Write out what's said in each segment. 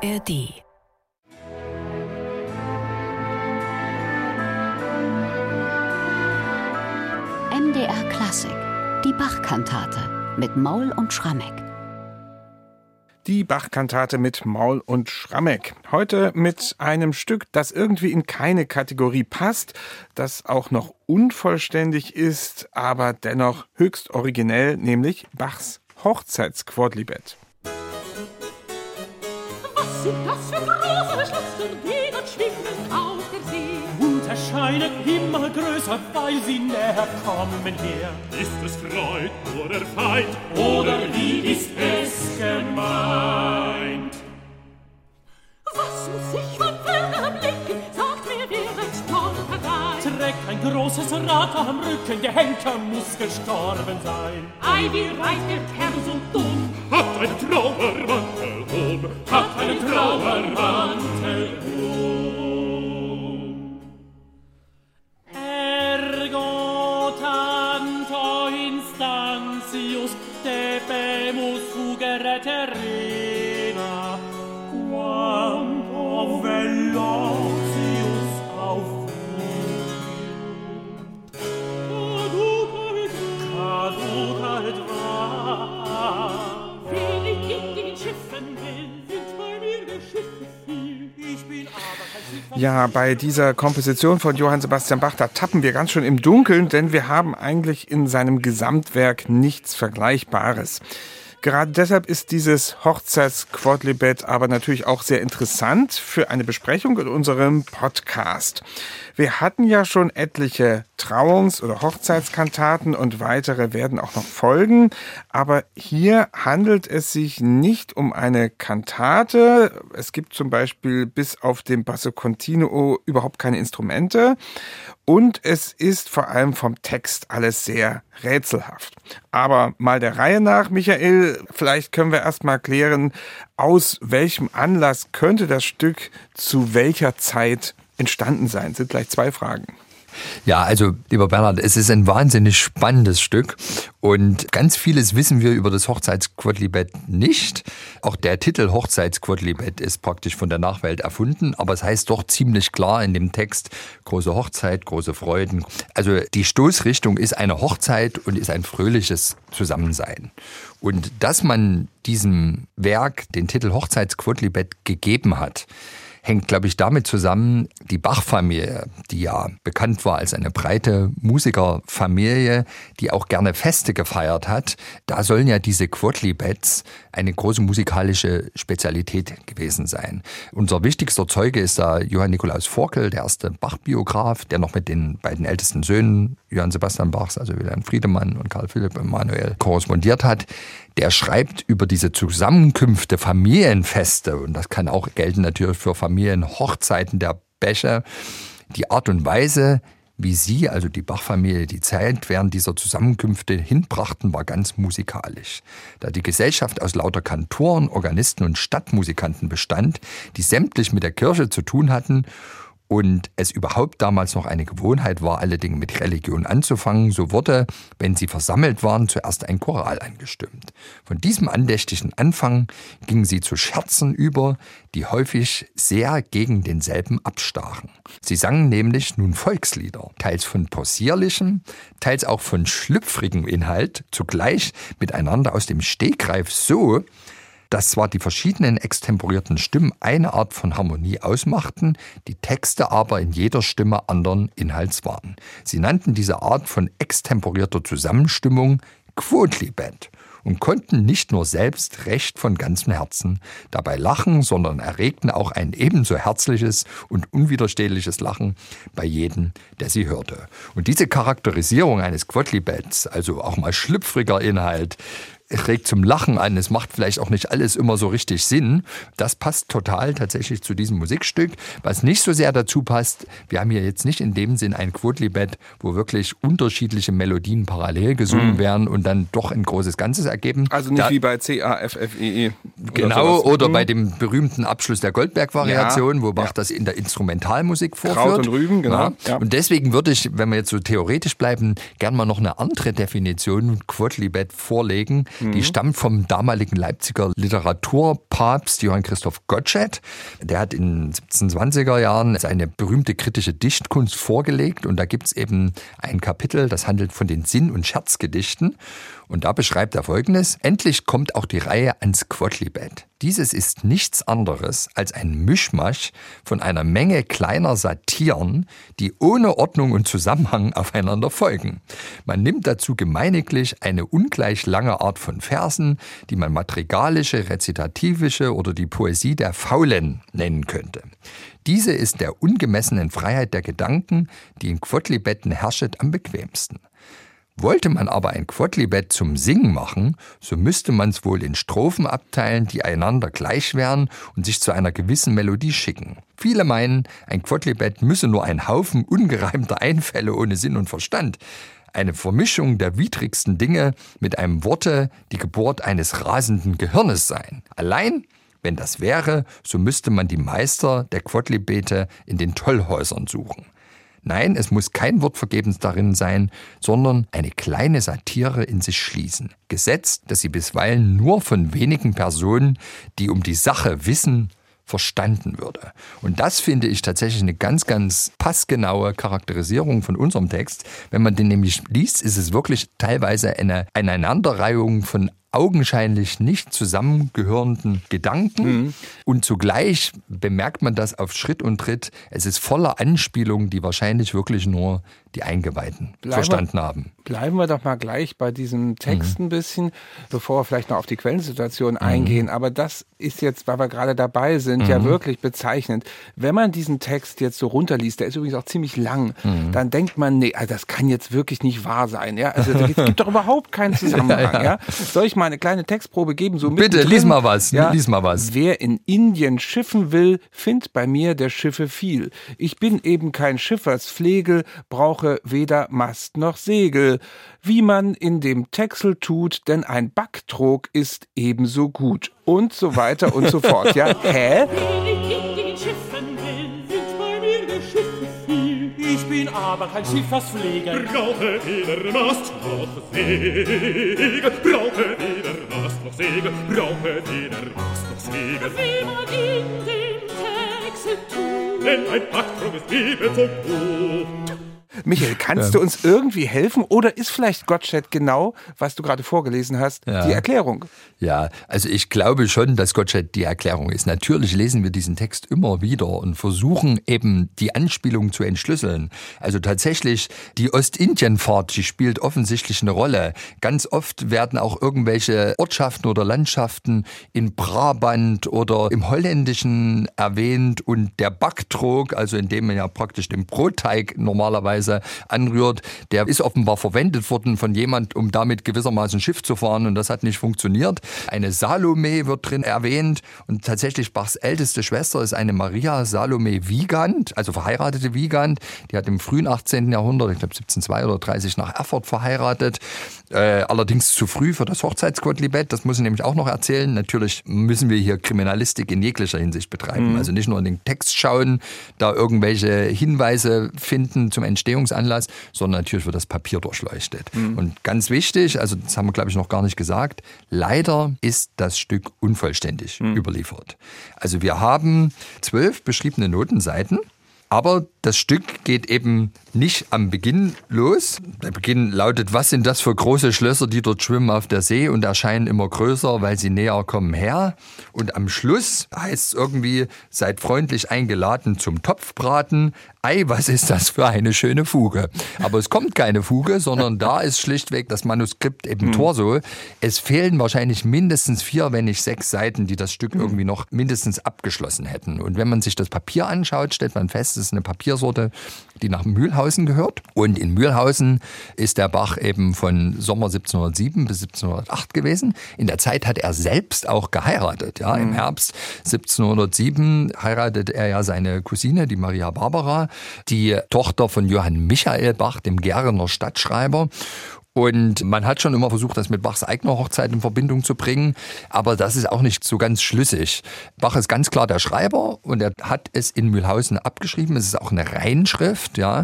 ARD. MDR Klassik, die Bach-Kantate mit Maul und Schrammeck. Die Bach-Kantate mit Maul und Schrammeck. Heute mit einem Stück, das irgendwie in keine Kategorie passt, das auch noch unvollständig ist, aber dennoch höchst originell, nämlich Bachs Hochzeitsquodlibet. Was sind das für große Schlösser, gehen und schwimmen auf der See und erscheinen immer größer, weil sie näher kommen her. Ist es Freud oder Feind, oder wie ist es gemeint? Was muss ich von ferne blicken, sagt mir, wer wird dort herein? Trägt ein großes Rad am Rücken, der Henker muss gestorben sein. Ei, wie reich der Kerl so dumm, Hat einen Trauermantel um, hat einen Trauermantel um. Ergo tanto instantius debemus fugere terrena, Quanto velocius auf caduca et va. Wer ich in den Schiffen will, sind bei mir der Schiffe viel. Ich bin aber kein Schiffer. Ja, bei dieser Komposition von Johann Sebastian Bach, da tappen wir ganz schön im Dunkeln, denn wir haben eigentlich in seinem Gesamtwerk nichts Vergleichbares. Gerade deshalb ist dieses Hochzeitsquodlibet aber natürlich auch sehr interessant für eine Besprechung in unserem Podcast. Wir hatten ja schon etliche Trauungs- oder Hochzeitskantaten und weitere werden auch noch folgen. Aber hier handelt es sich nicht um eine Kantate. Es gibt zum Beispiel bis auf den Basso Continuo überhaupt keine Instrumente. Und es ist vor allem vom Text alles sehr rätselhaft. Aber mal der Reihe nach, Michael, vielleicht können wir erst mal klären, aus welchem Anlass könnte das Stück zu welcher Zeit entstanden sein? Das sind gleich zwei Fragen. Ja, also lieber Bernhard, es ist ein wahnsinnig spannendes Stück und ganz vieles wissen wir über das Hochzeitsquodlibet nicht. Auch der Titel Hochzeitsquodlibet ist praktisch von der Nachwelt erfunden, aber es heißt doch ziemlich klar in dem Text große Hochzeit, große Freuden. Also die Stoßrichtung ist eine Hochzeit und ist ein fröhliches Zusammensein. Und dass man diesem Werk den Titel Hochzeitsquodlibet gegeben hat, hängt, glaube ich, damit zusammen, die Bach-Familie, die ja bekannt war als eine breite Musikerfamilie, die auch gerne Feste gefeiert hat, da sollen ja diese Quodlibets eine große musikalische Spezialität gewesen sein. Unser wichtigster Zeuge ist da Johann Nikolaus Forkel, der erste Bach-Biograf, der noch mit den beiden ältesten Söhnen Johann Sebastian Bachs, also Wilhelm Friedemann und Karl Philipp Emanuel, korrespondiert hat. Der schreibt über diese Zusammenkünfte, Familienfeste, und das kann auch gelten natürlich für Familienhochzeiten der Bäche, die Art und Weise, wie sie, also die Bach-Familie, die Zeit während dieser Zusammenkünfte hinbrachten, war ganz musikalisch. Da die Gesellschaft aus lauter Kantoren, Organisten und Stadtmusikanten bestand, die sämtlich mit der Kirche zu tun hatten, und es überhaupt damals noch eine Gewohnheit war, alle Dinge mit Religion anzufangen, so wurde, wenn sie versammelt waren, zuerst ein Choral angestimmt. Von diesem andächtigen Anfang gingen sie zu Scherzen über, die häufig sehr gegen denselben abstachen. Sie sangen nämlich nun Volkslieder, teils von possierlichem, teils auch von schlüpfrigem Inhalt, zugleich miteinander aus dem Stegreif so, dass zwar die verschiedenen extemporierten Stimmen eine Art von Harmonie ausmachten, die Texte aber in jeder Stimme anderen Inhalts waren. Sie nannten diese Art von extemporierter Zusammenstimmung Quodlibet und konnten nicht nur selbst recht von ganzem Herzen dabei lachen, sondern erregten auch ein ebenso herzliches und unwiderstehliches Lachen bei jedem, der sie hörte. Und diese Charakterisierung eines Quodlibets, also auch mal schlüpfriger Inhalt, regt zum Lachen an, es macht vielleicht auch nicht alles immer so richtig Sinn. Das passt total tatsächlich zu diesem Musikstück. Was nicht so sehr dazu passt, wir haben hier jetzt nicht in dem Sinn ein Quodlibet, wo wirklich unterschiedliche Melodien parallel gesungen werden und dann doch ein großes Ganzes ergeben. Also nicht wie bei C-A-F-F-E-E. Genau, oder bei dem berühmten Abschluss der Goldberg-Variation, wo Bach das in der Instrumentalmusik vorführt. Kraut und Rüben, genau. Ja. Und deswegen würde ich, wenn wir jetzt so theoretisch bleiben, gern mal noch eine andere Definition Quodlibet vorlegen. Die stammt vom damaligen Leipziger Literaturpapst Papst Johann Christoph Gottsched. Der hat in den 1720er Jahren seine berühmte kritische Dichtkunst vorgelegt und da gibt es eben ein Kapitel, das handelt von den Sinn- und Scherzgedichten. Und da beschreibt er Folgendes: Endlich kommt auch die Reihe ans Quodlibet. Dieses ist nichts anderes als ein Mischmasch von einer Menge kleiner Satiren, die ohne Ordnung und Zusammenhang aufeinander folgen. Man nimmt dazu gemeiniglich eine ungleich lange Art von Versen, die man madrigalische, rezitativische oder die Poesie der Faulen nennen könnte. Diese ist der ungemessenen Freiheit der Gedanken, die in Quodlibetten herrschet, am bequemsten. Wollte man aber ein Quodlibet zum Singen machen, so müsste man es wohl in Strophen abteilen, die einander gleich wären und sich zu einer gewissen Melodie schicken. Viele meinen, ein Quodlibet müsse nur ein Haufen ungereimter Einfälle ohne Sinn und Verstand, eine Vermischung der widrigsten Dinge mit einem Worte, die Geburt eines rasenden Gehirnes sein. Allein, wenn das wäre, so müsste man die Meister der Quodlibete in den Tollhäusern suchen. Nein, es muss kein Wort vergebens darin sein, sondern eine kleine Satire in sich schließen. Gesetzt, dass sie bisweilen nur von wenigen Personen, die um die Sache wissen, verstanden würde. Und das finde ich tatsächlich eine ganz, ganz passgenaue Charakterisierung von unserem Text. Wenn man den nämlich liest, ist es wirklich teilweise eine Aneinanderreihung von augenscheinlich nicht zusammengehörenden Gedanken. Und zugleich bemerkt man das auf Schritt und Tritt. Es ist voller Anspielungen, die wahrscheinlich wirklich nur die Eingeweihten verstanden haben. Bleiben wir doch mal gleich bei diesem Text ein bisschen, bevor wir vielleicht noch auf die Quellensituation eingehen. Aber das ist jetzt, weil wir gerade dabei sind, ja wirklich bezeichnend. Wenn man diesen Text jetzt so runterliest, der ist übrigens auch ziemlich lang, dann denkt man, nee, also das kann jetzt wirklich nicht wahr sein. Ja? Also es gibt doch überhaupt keinen Zusammenhang. Ja? Soll ich mal eine kleine Textprobe geben? So bitte, lies mal was. Ja? Lies mal was. Wer in Indien schiffen will, findet bei mir der Schiffe viel. Ich bin eben kein Schifffahrtsflegel, brauche weder Mast noch Segel, wie man in dem Texel tut, denn ein Backtrog ist ebenso gut. Und so weiter und so fort. Ja, hä? Wer in den Schiffen will, findet bei mir der Schiffe viel. Ich bin aber kein Schifffahrtsflegel. Brauche weder Mast noch Segel, brauche weder Mast noch Segel, brauche weder Mast noch Segel. Wie man in dem Texel tut, Denn ein Backtrog ist ebenso gut. Michael, kannst du uns irgendwie helfen? Oder ist vielleicht Gottsched genau, was du gerade vorgelesen hast, die Erklärung? Ja, also ich glaube schon, dass Gottsched die Erklärung ist. Natürlich lesen wir diesen Text immer wieder und versuchen eben die Anspielung zu entschlüsseln. Also tatsächlich, die Ostindienfahrt, die spielt offensichtlich eine Rolle. Ganz oft werden auch irgendwelche Ortschaften oder Landschaften in Brabant oder im Holländischen erwähnt und der Backtrog, also in dem man ja praktisch den Brotteig normalerweise anrührt, der ist offenbar verwendet worden von jemand, um damit gewissermaßen Schiff zu fahren und das hat nicht funktioniert. Eine Salome wird drin erwähnt und tatsächlich Bachs älteste Schwester ist eine Maria Salome Wiegand, also verheiratete Wiegand, die hat im frühen 18. Jahrhundert, ich glaube 1702 oder 30 nach Erfurt verheiratet, allerdings zu früh für das Hochzeitsquodlibet, das muss ich nämlich auch noch erzählen. Natürlich müssen wir hier Kriminalistik in jeglicher Hinsicht betreiben, also nicht nur in den Text schauen, da irgendwelche Hinweise finden zum Entstehungsanlass, sondern natürlich wird das Papier durchleuchtet. Und ganz wichtig, also das haben wir glaube ich noch gar nicht gesagt, leider ist das Stück unvollständig überliefert. Also wir haben 12 beschriebene Notenseiten, aber das Stück geht eben nicht am Beginn los. Der Beginn lautet: Was sind das für große Schlösser, die dort schwimmen auf der See und erscheinen immer größer, weil sie näher kommen her. Und am Schluss heißt es irgendwie: Seid freundlich eingeladen zum Topfbraten. Ei, was ist das für eine schöne Fuge. Aber es kommt keine Fuge, sondern da ist schlichtweg das Manuskript eben Torso. Es fehlen wahrscheinlich mindestens 4, wenn nicht 6 Seiten, die das Stück irgendwie noch mindestens abgeschlossen hätten. Und wenn man sich das Papier anschaut, stellt man fest, es ist eine Papiersorte, die nach Mühlhausen gehört. Und in Mühlhausen ist der Bach eben von Sommer 1707 bis 1708 gewesen. In der Zeit hat er selbst auch geheiratet. Ja, im Herbst 1707 heiratet er ja seine Cousine, die Maria Barbara, die Tochter von Johann Michael Bach, dem Gerner Stadtschreiber. Und man hat schon immer versucht, das mit Bachs eigener Hochzeit in Verbindung zu bringen, aber das ist auch nicht so ganz schlüssig. Bach ist ganz klar der Schreiber und er hat es in Mühlhausen abgeschrieben. Es ist auch eine Reinschrift, ja.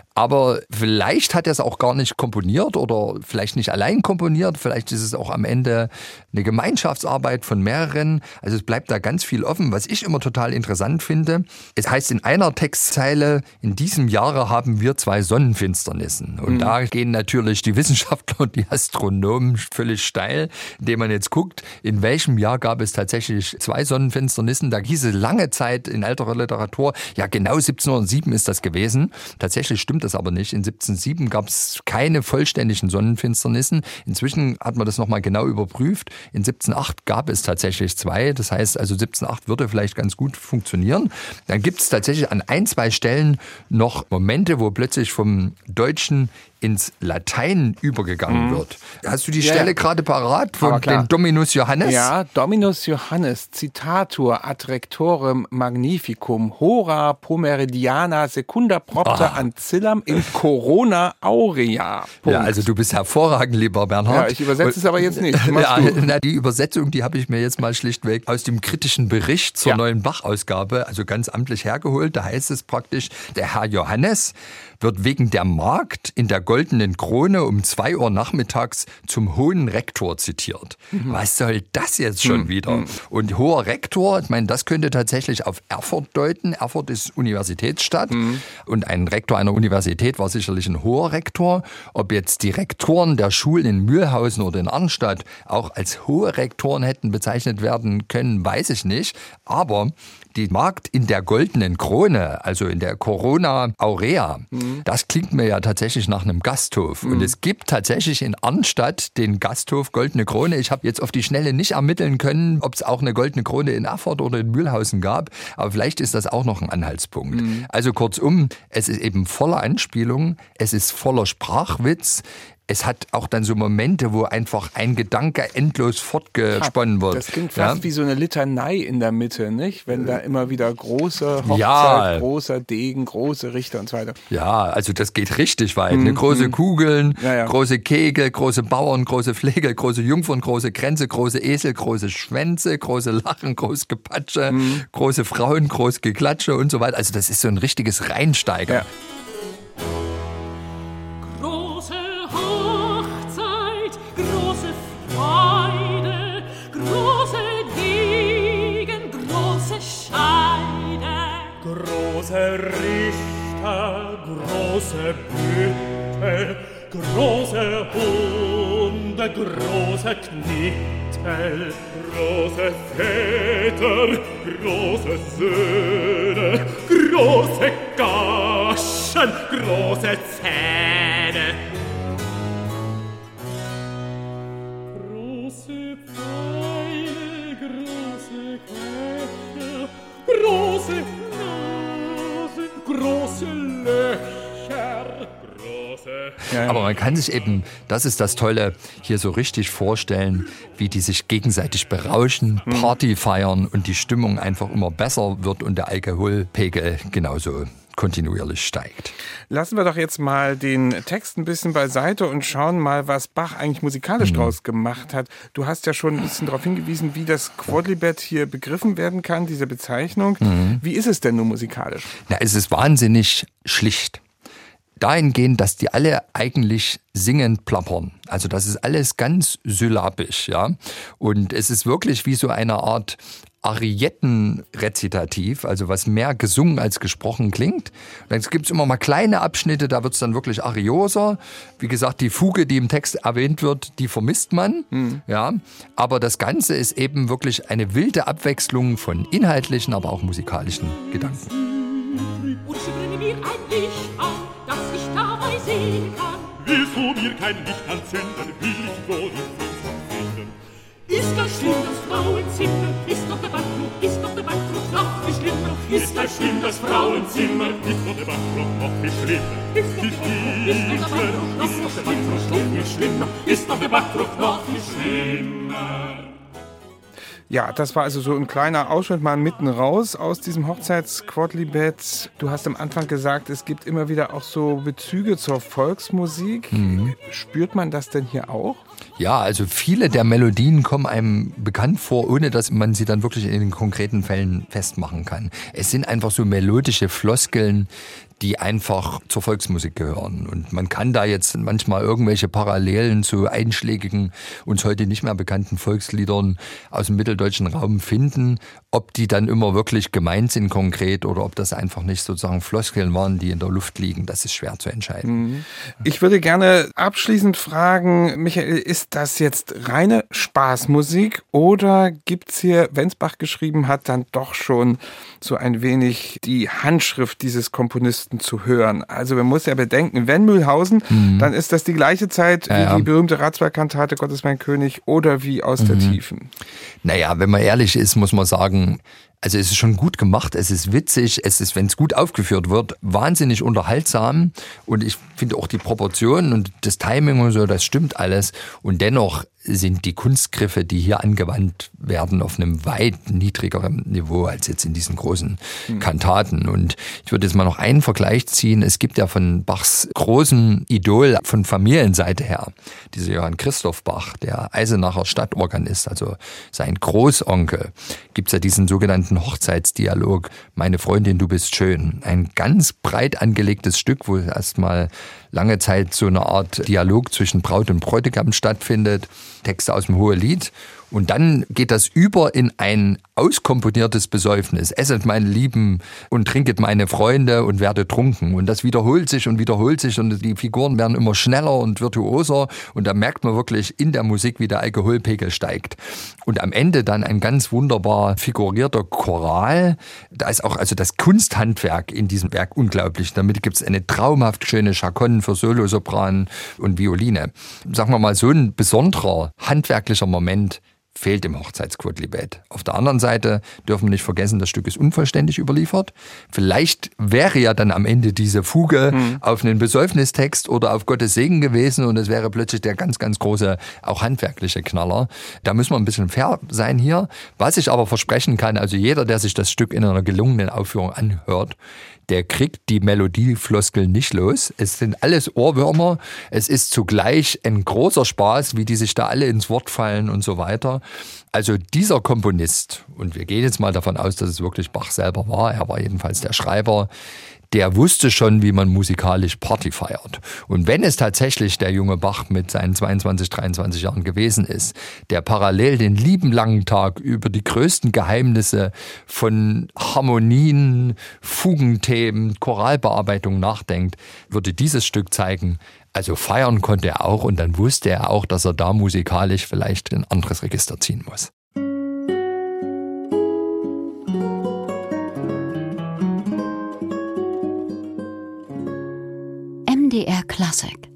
Aber vielleicht hat er es auch gar nicht komponiert oder vielleicht nicht allein komponiert. Vielleicht ist es auch am Ende eine Gemeinschaftsarbeit von mehreren. Also es bleibt da ganz viel offen. Was ich immer total interessant finde, es heißt in einer Textzeile, in diesem Jahre haben wir 2 Sonnenfinsternissen. Und da gehen natürlich die Wissenschaftler und die Astronomen völlig steil, indem man jetzt guckt, in welchem Jahr gab es tatsächlich 2 Sonnenfinsternissen. Da hieß es lange Zeit in älterer Literatur, ja genau 1707 ist das gewesen. Tatsächlich stimmt das aber nicht. In 1707 gab es keine vollständigen Sonnenfinsternissen. Inzwischen hat man das nochmal genau überprüft. In 1708 gab es tatsächlich 2. Das heißt also 1708 würde vielleicht ganz gut funktionieren. Dann gibt es tatsächlich an 1, 2 Stellen noch Momente, wo plötzlich vom Deutschen ins Latein übergegangen wird. Hast du die Stelle gerade parat von den Dominus Johannes? Ja, Dominus Johannes, Citatur ad rectorem magnificum, hora pomeridiana secunda propter ancillam in corona aurea. Punkt. Ja, also du bist hervorragend, lieber Bernhard. Ja, ich übersetze es aber jetzt nicht. Die Übersetzung, die habe ich mir jetzt mal schlichtweg aus dem kritischen Bericht zur neuen Bach-Ausgabe, also ganz amtlich hergeholt. Da heißt es praktisch, der Herr Johannes wird wegen der Magd in der Goldenen Krone um 2 Uhr nachmittags zum Hohen Rektor zitiert. Was soll das jetzt schon wieder? Und Hoher Rektor, ich meine, das könnte tatsächlich auf Erfurt deuten. Erfurt ist Universitätsstadt und ein Rektor einer Universität war sicherlich ein Hoher Rektor. Ob jetzt die Rektoren der Schulen in Mühlhausen oder in Arnstadt auch als hohe Rektoren hätten bezeichnet werden können, weiß ich nicht. Aber die Magd in der Goldenen Krone, also in der Corona Aurea, das klingt mir ja tatsächlich nach einem Gasthof. Und es gibt tatsächlich in Arnstadt den Gasthof Goldene Krone. Ich habe jetzt auf die Schnelle nicht ermitteln können, ob es auch eine Goldene Krone in Erfurt oder in Mühlhausen gab. Aber vielleicht ist das auch noch ein Anhaltspunkt. Also kurzum, es ist eben voller Anspielung, es ist voller Sprachwitz. Es hat auch dann so Momente, wo einfach ein Gedanke endlos fortgesponnen wird. Das klingt fast wie so eine Litanei in der Mitte, nicht? Wenn da immer wieder große Hochzeit, großer Degen, große Richter und so weiter. Ja, also das geht richtig weit. Große Kugeln, große Kegel, große Bauern, große Flegel, große Jungfern, große Kränze, große Esel, große Schwänze, große Lachen, große Gepatsche, große Frauen, große Geklatsche und so weiter. Also das ist so ein richtiges Reinsteiger. Ja. Große Richter, große Büttel, große Hunde, große Knittel, große Väter, große Söhne, große Gaschen, große Zähne. Große Pfeile, große Köche, große große Löcher, große... Aber man kann sich eben, das ist das Tolle, hier so richtig vorstellen, wie die sich gegenseitig berauschen, Party feiern und die Stimmung einfach immer besser wird und der Alkoholpegel genauso kontinuierlich steigt. Lassen wir doch jetzt mal den Text ein bisschen beiseite und schauen mal, was Bach eigentlich musikalisch draus gemacht hat. Du hast ja schon ein bisschen darauf hingewiesen, wie das Quodlibet hier begriffen werden kann, diese Bezeichnung. Wie ist es denn nun musikalisch? Na, es ist wahnsinnig schlicht. Dahingehend, dass die alle eigentlich singend plappern. Also das ist alles ganz syllabisch, ja. Und es ist wirklich wie so eine Art Ariettenrezitativ, also was mehr gesungen als gesprochen klingt. Dann gibt es immer mal kleine Abschnitte, da wird es dann wirklich arioser. Wie gesagt, die Fuge, die im Text erwähnt wird, die vermisst man. Ja. Aber das Ganze ist eben wirklich eine wilde Abwechslung von inhaltlichen, aber auch musikalischen Gedanken. Und schwöre mir ein Licht an, dass ich dabei sehen kann. Willst du mir kein Licht anzünden, will ich wohl die Finster finden. Ist das schlimm, das Frauenzimmer? Ist doch der Backdruck noch viel schlimmer? Ist das schlimm, das Frauenzimmer? Ist doch der Backdruck noch viel schlimmer? Ist doch der Backdruck noch viel schlimmer? Ist doch der Backdruck noch viel schlimmer? Ja, das war also so ein kleiner Ausschnitt mal mitten raus aus diesem Hochzeitsquodlibet. Du hast am Anfang gesagt, es gibt immer wieder auch so Bezüge zur Volksmusik. Spürt man das denn hier auch? Ja, also viele der Melodien kommen einem bekannt vor, ohne dass man sie dann wirklich in den konkreten Fällen festmachen kann. Es sind einfach so melodische Floskeln, die einfach zur Volksmusik gehören. Und man kann da jetzt manchmal irgendwelche Parallelen zu einschlägigen, uns heute nicht mehr bekannten Volksliedern aus dem mitteldeutschen Raum finden. Ob die dann immer wirklich gemeint sind konkret oder ob das einfach nicht sozusagen Floskeln waren, die in der Luft liegen, das ist schwer zu entscheiden. Ich würde gerne abschließend fragen, Michael, ist das jetzt reine Spaßmusik oder gibt's hier, wenn's Bach geschrieben hat, dann doch schon so ein wenig die Handschrift dieses Komponisten zu hören? Also man muss ja bedenken, wenn Mühlhausen, dann ist das die gleiche Zeit wie die berühmte Ratsbergkantate Gott ist mein König oder wie aus der Tiefen. Naja, wenn man ehrlich ist, muss man sagen, also es ist schon gut gemacht, es ist witzig, es ist, wenn es gut aufgeführt wird, wahnsinnig unterhaltsam und ich finde auch die Proportionen und das Timing und so, das stimmt alles und dennoch sind die Kunstgriffe, die hier angewandt werden, auf einem weit niedrigeren Niveau als jetzt in diesen großen Kantaten. Und ich würde jetzt mal noch einen Vergleich ziehen. Es gibt ja von Bachs großen Idol von Familienseite her, dieser Johann Christoph Bach, der Eisenacher Stadtorganist, also sein Großonkel, gibt's ja diesen sogenannten Hochzeitsdialog, Meine Freundin, du bist schön. Ein ganz breit angelegtes Stück, wo erstmal lange Zeit so eine Art Dialog zwischen Braut und Bräutigam stattfindet, Texte aus dem Hohelied. Und dann geht das über in ein auskomponiertes Besäufnis. Esset meine Lieben und trinket meine Freunde und werdet trunken. Und das wiederholt sich und die Figuren werden immer schneller und virtuoser. Und da merkt man wirklich in der Musik, wie der Alkoholpegel steigt. Und am Ende dann ein ganz wunderbar figurierter Choral. Da ist auch also das Kunsthandwerk in diesem Werk unglaublich. Damit gibt es eine traumhaft schöne Chaconne für Solosopran und Violine. Sagen wir mal, so ein besonderer handwerklicher Moment fehlt im Hochzeitsquodlibet. Auf der anderen Seite dürfen wir nicht vergessen, das Stück ist unvollständig überliefert. Vielleicht wäre ja dann am Ende diese Fuge auf einen Besäufnistext oder auf Gottes Segen gewesen und es wäre plötzlich der ganz, ganz große, auch handwerkliche Knaller. Da müssen wir ein bisschen fair sein hier. Was ich aber versprechen kann, also jeder, der sich das Stück in einer gelungenen Aufführung anhört, der kriegt die Melodiefloskeln nicht los. Es sind alles Ohrwürmer. Es ist zugleich ein großer Spaß, wie die sich da alle ins Wort fallen und so weiter. Also dieser Komponist, und wir gehen jetzt mal davon aus, dass es wirklich Bach selber war, er war jedenfalls der Schreiber, der wusste schon, wie man musikalisch Party feiert. Und wenn es tatsächlich der junge Bach mit seinen 22, 23 Jahren gewesen ist, der parallel den lieben langen Tag über die größten Geheimnisse von Harmonien, Fugenthemen, Choralbearbeitung nachdenkt, würde dieses Stück zeigen, also feiern konnte er auch und dann wusste er auch, dass er da musikalisch vielleicht ein anderes Register ziehen muss. MDR Klassik